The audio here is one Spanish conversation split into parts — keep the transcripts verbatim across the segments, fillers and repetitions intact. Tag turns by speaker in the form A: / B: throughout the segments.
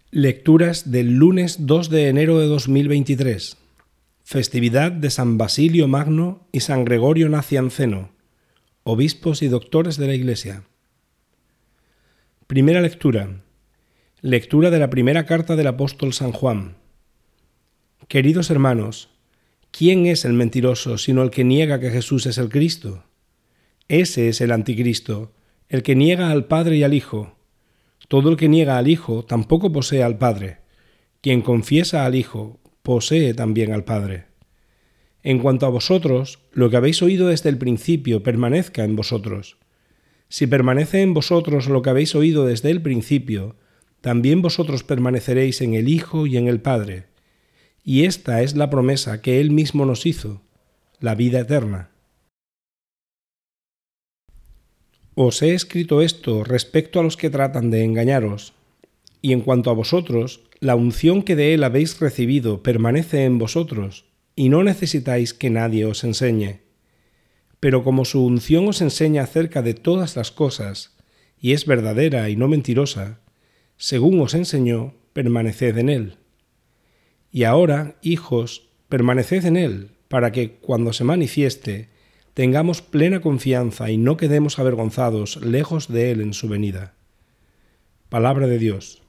A: Lecturas del lunes dos de enero de dos mil veintitrés. Festividad de San Basilio Magno y San Gregorio Nacianceno, obispos y doctores de la Iglesia. Primera lectura. Lectura de la primera carta del apóstol San Juan. Queridos hermanos, ¿quién es el mentiroso sino el que niega que Jesús es el Cristo? Ese es el anticristo, el que niega al Padre y al Hijo. Todo el que niega al Hijo tampoco posee al Padre. Quien confiesa al Hijo posee también al Padre. En cuanto a vosotros, lo que habéis oído desde el principio permanezca en vosotros. Si permanece en vosotros lo que habéis oído desde el principio, también vosotros permaneceréis en el Hijo y en el Padre. Y esta es la promesa que Él mismo nos hizo, la vida eterna. Os he escrito esto respecto a los que tratan de engañaros. Y en cuanto a vosotros, la unción que de Él habéis recibido permanece en vosotros, y no necesitáis que nadie os enseñe. Pero como su unción os enseña acerca de todas las cosas, y es verdadera y no mentirosa, según os enseñó, permaneced en Él. Y ahora, hijos, permaneced en Él, para que, cuando se manifieste, tengamos plena confianza y no quedemos avergonzados lejos de Él en su venida. Palabra de Dios.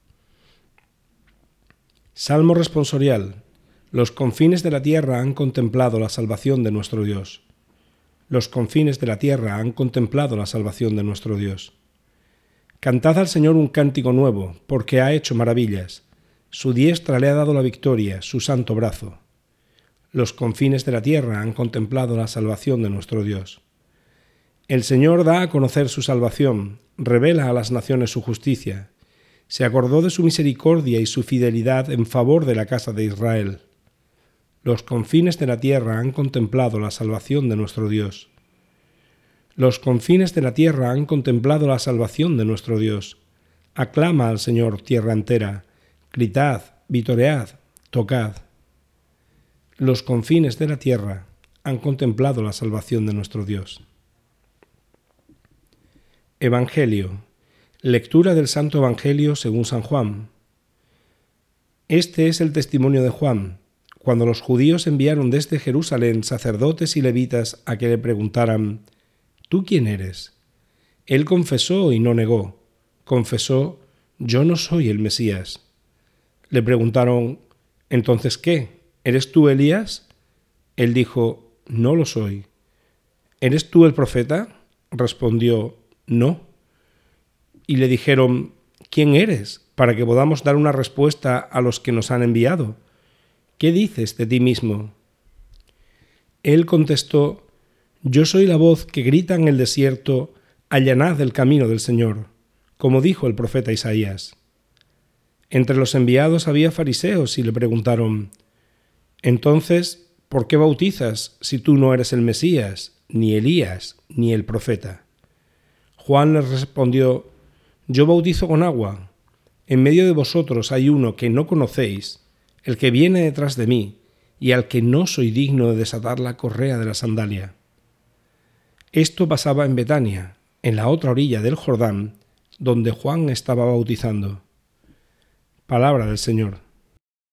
A: Salmo responsorial. Los confines de la tierra han contemplado la salvación de nuestro Dios. Los confines de la tierra han contemplado la salvación de nuestro Dios. Cantad al Señor un cántico nuevo, porque ha hecho maravillas. Su diestra le ha dado la victoria, su santo brazo. Los confines de la tierra han contemplado la salvación de nuestro Dios. El Señor da a conocer su salvación, revela a las naciones su justicia. Se acordó de su misericordia y su fidelidad en favor de la casa de Israel. Los confines de la tierra han contemplado la salvación de nuestro Dios. Los confines de la tierra han contemplado la salvación de nuestro Dios. Aclama al Señor, tierra entera. Gritad, vitoread, tocad. Los confines de la tierra han contemplado la salvación de nuestro Dios. Evangelio. Lectura del Santo Evangelio según San Juan. Este es el testimonio de Juan, cuando los judíos enviaron desde Jerusalén sacerdotes y levitas a que le preguntaran: ¿Tú quién eres? Él confesó y no negó. Confesó: Yo no soy el Mesías. Le preguntaron: ¿Entonces qué? ¿Eres tú Elías? Él dijo: No lo soy. ¿Eres tú el profeta? Respondió: No. Y le dijeron: ¿Quién eres? Para que podamos dar una respuesta a los que nos han enviado. ¿Qué dices de ti mismo? Él contestó: Yo soy la voz que grita en el desierto: allanad el camino del Señor, como dijo el profeta Isaías. Entre los enviados había fariseos y le preguntaron: Entonces, ¿por qué bautizas si tú no eres el Mesías, ni Elías, ni el profeta? Juan les respondió: Yo bautizo con agua. En medio de vosotros hay uno que no conocéis, el que viene detrás de mí, y al que no soy digno de desatar la correa de la sandalia. Esto pasaba en Betania, en la otra orilla del Jordán, donde Juan estaba bautizando. Palabra del Señor.